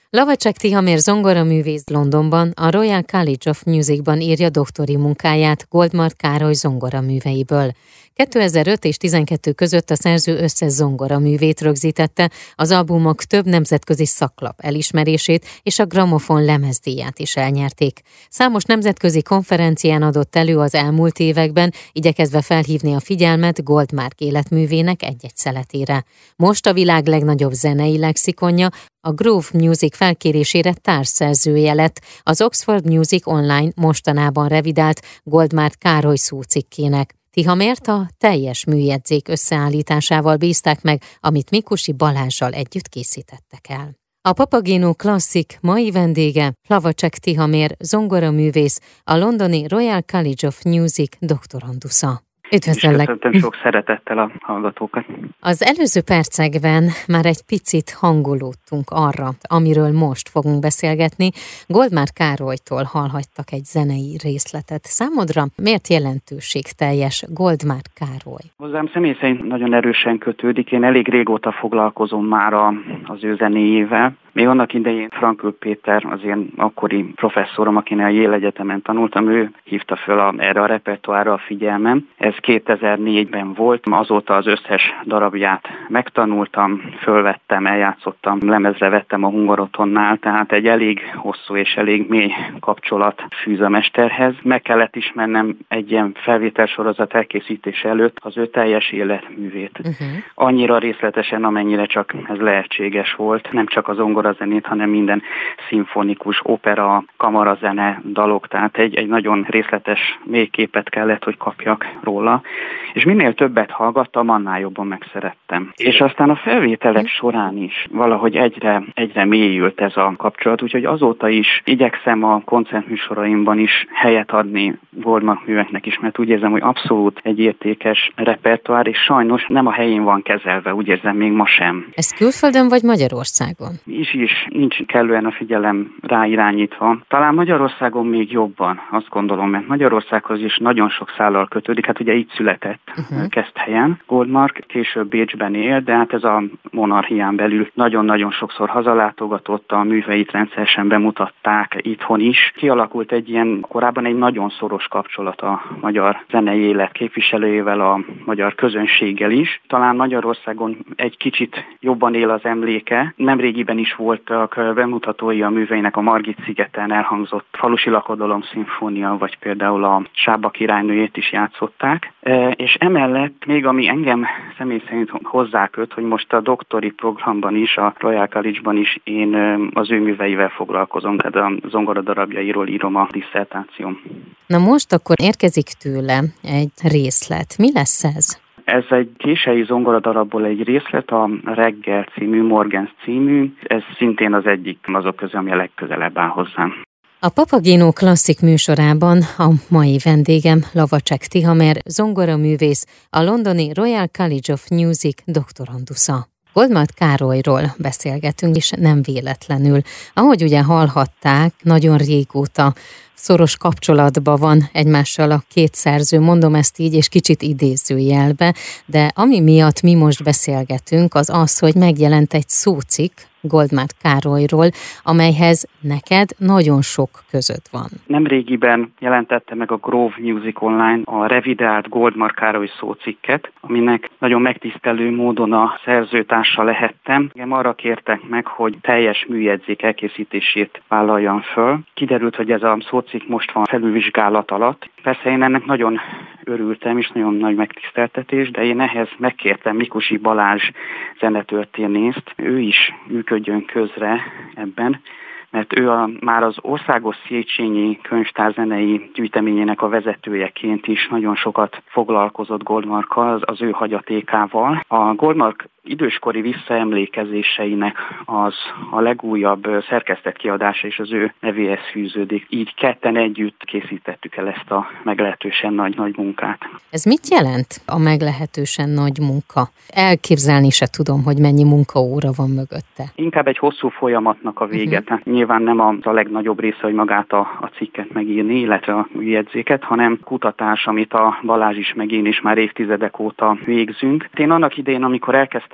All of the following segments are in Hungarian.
Lovacsek Tihamér zongoraművész Londonban, a Royal College of Musicban írja doktori munkáját Goldmark Károly zongoraműveiből. 2005 és 2012 között a szerző összes zongoraművét rögzítette, az albumok több nemzetközi szaklap elismerését és a Gramofon lemezdíját is elnyerték. Számos nemzetközi konferencián adott elő az elmúlt években, igyekezve felhívni a figyelmet Goldmark életművének egy-egy szeletére. Most a világ legnagyobb zenei lexikonja, a Groove Music felkérésére társszerzője lett az Oxford Music Online mostanában revidált Goldmark Károly szócikkének. Tihamért a teljes műjegyzék összeállításával bízták meg, amit Mikusi Balázssal együtt készítettek el. A Papageno Classic mai vendége Lovacsek Tihamér zongoraművész, a londoni Royal College of Music doktorandusza. Üdvözöllek! Köszöntöm sok szeretettel a hallgatókat. Az előző percekben már egy picit hangolódtunk arra, amiről most fogunk beszélgetni. Goldmark Károlytól hallhattak egy zenei részletet. Számodra miért jelentőségteljes Goldmark Károly? Hozzám személy szerint nagyon erősen kötődik. Én elég régóta foglalkozom már az ő zenéjével. Még annak idején Frankl Péter, az én akkori professzorom, akinél a Yale Egyetemen tanultam, ő hívta föl erre a repertoárra a figyelmem. Ez 2004-ben volt, azóta az összes darabját megtanultam, fölvettem, eljátszottam, lemezre vettem a Hungarotonnál, tehát egy elég hosszú és elég mély kapcsolat fűz a mesterhez. Meg kellett ismernem egy ilyen felvételsorozat elkészítése előtt az ő teljes életművét. Annyira részletesen, amennyire csak ez lehetséges volt, nem csak az zongorazenét, hanem minden szimfonikus, opera, kamarazene, dalok, tehát egy nagyon részletes mély képet kellett, hogy kapjak róla, és minél többet hallgattam, annál jobban megszerettem. És aztán a felvételek során is valahogy egyre mélyült ez a kapcsolat, úgyhogy azóta is igyekszem a koncertműsoraimban is helyet adni Goldmark műveknek is, mert úgy érzem, hogy abszolút egy értékes repertoár, és sajnos nem a helyén van kezelve, úgy érzem, még ma sem. Ez külföldön vagy Magyarországon? Is nincs kellően a figyelem ráirányítva. Talán Magyarországon még jobban, azt gondolom, mert Magyarországhoz is nagyon sok szállal kötődik. Hát ugye itt született Keszthelyen Goldmark, később Bécsben él, de hát ez a monarchián belül nagyon-nagyon sokszor hazalátogatott, a műveit rendszeresen bemutatták itthon is. Kialakult egy ilyen, korábban egy nagyon szoros kapcsolat a magyar zenei élet képviselőjével, a magyar közönséggel is. Talán Magyarországon egy kicsit jobban él az emléke. Nemrégiben is voltak bemutatói a műveinek, a Margit-szigeten elhangzott Falusi lakodalom szimfónia, vagy például a Sába királynőjét is játszották. És emellett még ami engem személy szerint hozzáköt, hogy most a doktori programban is, a Royal College-ban is én az ő műveivel foglalkozom, tehát a zongoradarabjairól írom a disszertációm. Na most akkor érkezik tőle egy részlet. Mi lesz ez? Ez egy kései zongoradarabból egy részlet, a Reggel című, Morgens című. Ez szintén az egyik azok közül, ami a legközelebb áll hozzám. A Papageno Classic műsorában a mai vendégem Lovacsek Tihamér, zongoraművész, a londoni Royal College of Music doktorandusza. Goldmark Károlyról beszélgetünk, és nem véletlenül. Ahogy ugye hallhatták, nagyon régóta szoros kapcsolatban van egymással a két szerző, mondom ezt így, és kicsit idézőjelbe, de ami miatt mi most beszélgetünk, az az, hogy megjelent egy szócikk Goldmark Károlyról, amelyhez neked nagyon sok között van. Nemrégiben jelentette meg a Groove Music Online a revidált Goldmark Károly szócikket, aminek nagyon megtisztelő módon a szerzőtársa lehettem. Engem arra kértek meg, hogy teljes műjegyzék elkészítését vállaljam föl. Kiderült, hogy ez a szócikk most van felülvizsgálat alatt. Persze én ennek nagyon örültem, és nagyon nagy megtiszteltetés, de én ehhez megkértem Mikusi Balázs zenetörténészt. Ő is működjön közre ebben, mert ő már az Országos Széchenyi Könyvtár zenei gyűjteményének a vezetőjeként is nagyon sokat foglalkozott Goldmarkkal, az ő hagyatékával. A Goldmark időskori visszaemlékezéseinek az a legújabb szerkesztett kiadása és az ő nevéhez fűződik. Így ketten együtt készítettük el ezt a meglehetősen nagy munkát. Ez mit jelent a meglehetősen nagy munka? Elképzelni se tudom, hogy mennyi munkaóra van mögötte. Inkább egy hosszú folyamatnak a vége. Tehát nyilván nem az a legnagyobb része, hogy magát a cikket megírni, illetve a jegyzéket, hanem kutatás, amit a Balázs is meg én is már évtizedek óta végzünk. Én annak idején, amikor elkezdtem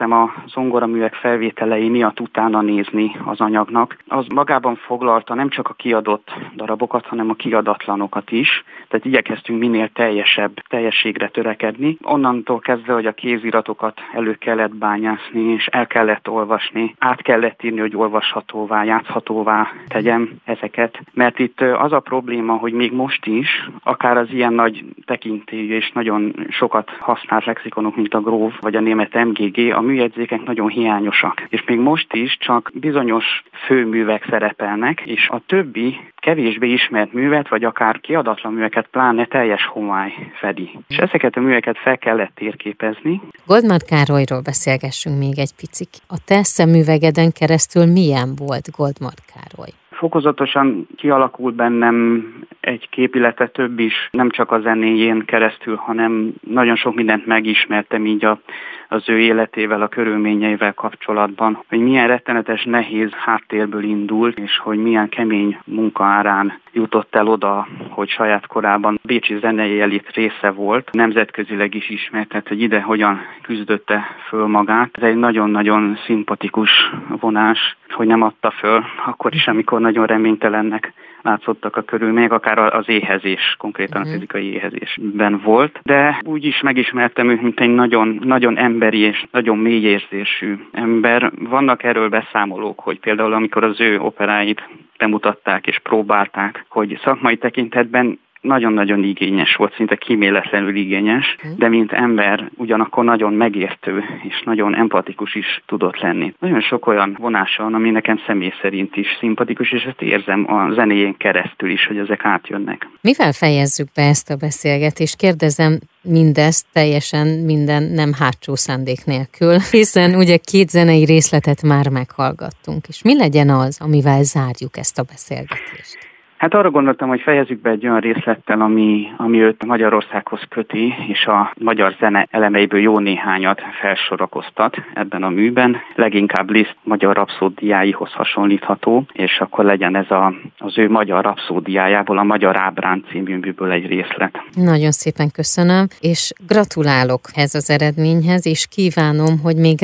elkezdtem a zongoraművek felvételei miatt utána nézni az anyagnak. Az magában foglalta nem csak a kiadott darabokat, hanem a kiadatlanokat is. Tehát igyekeztünk minél teljességre törekedni. Onnantól kezdve, hogy a kéziratokat elő kellett bányászni, és el kellett olvasni, át kellett írni, hogy olvashatóvá, játszhatóvá tegyem ezeket. Mert itt az a probléma, hogy még most is, akár az ilyen nagy tekintélyű és nagyon sokat használt lexikonok, mint a Grove vagy a német MGG, a műjegyzékek nagyon hiányosak. És még most is csak bizonyos főművek szerepelnek, és a többi kevésbé ismert művet, vagy akár kiadatlan műveket pláne teljes homály fedi. És ezeket a műveket fel kellett térképezni. Goldmart Károlyról beszélgessünk még egy picit. A te szemüvegeden keresztül milyen volt Goldmart Károly? Fokozatosan kialakult bennem egy kép, illetve több is, nem csak a zenéjén keresztül, hanem nagyon sok mindent megismertem így az ő életével, a körülményeivel kapcsolatban, hogy milyen rettenetes, nehéz háttérből indult, és hogy milyen kemény munka árán jutott el oda, hogy saját korában bécsi zenei elit része volt, nemzetközileg is ismert, tehát hogy ide hogyan küzdötte föl magát. Ez egy nagyon-nagyon szimpatikus vonás, hogy nem adta föl, akkor is, amikor nagyon reménytelennek látszottak a körülmények, akár az éhezés, konkrétan a fizikai éhezésben volt. De úgy is megismertem őt, mint egy nagyon, nagyon emberi és nagyon mély érzésű ember. Vannak erről beszámolók, hogy például amikor az ő operáit bemutatták és próbálták, hogy szakmai tekintetben nagyon-nagyon igényes volt, szinte kíméletlenül igényes, de mint ember ugyanakkor nagyon megértő és nagyon empatikus is tudott lenni. Nagyon sok olyan vonása van, ami nekem személy szerint is szimpatikus, és ezt érzem a zenéjén keresztül is, hogy ezek átjönnek. Mivel fejezzük be ezt a beszélgetést? Kérdezem mindezt teljesen minden nem hátsó szándék nélkül, hiszen ugye 2 zenei részletet már meghallgattunk, és mi legyen az, amivel zárjuk ezt a beszélgetést? Hát arra gondoltam, hogy fejezzük be egy olyan részlettel, ami őt Magyarországhoz köti, és a magyar zene elemeiből jó néhányat felsorakoztat ebben a műben. Leginkább Liszt magyar rapszódiáihoz hasonlítható, és akkor legyen ez az ő magyar rapszódiájából, a Magyar Ábrán című műből egy részlet. Nagyon szépen köszönöm, és gratulálok ez az eredményhez, és kívánom, hogy még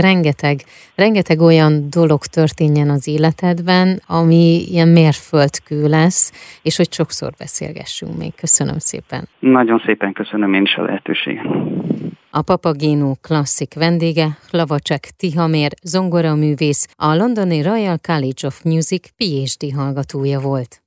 rengeteg olyan dolog történjen az életedben, ami ilyen mérföldkő lesz, és hogy sokszor beszélgessünk még. Köszönöm szépen. Nagyon szépen köszönöm én is a lehetőséget. A Papagéno klasszik vendége, Hlavacsek Tihamér, zongoraművész, a londoni Royal College of Music PhD hallgatója volt.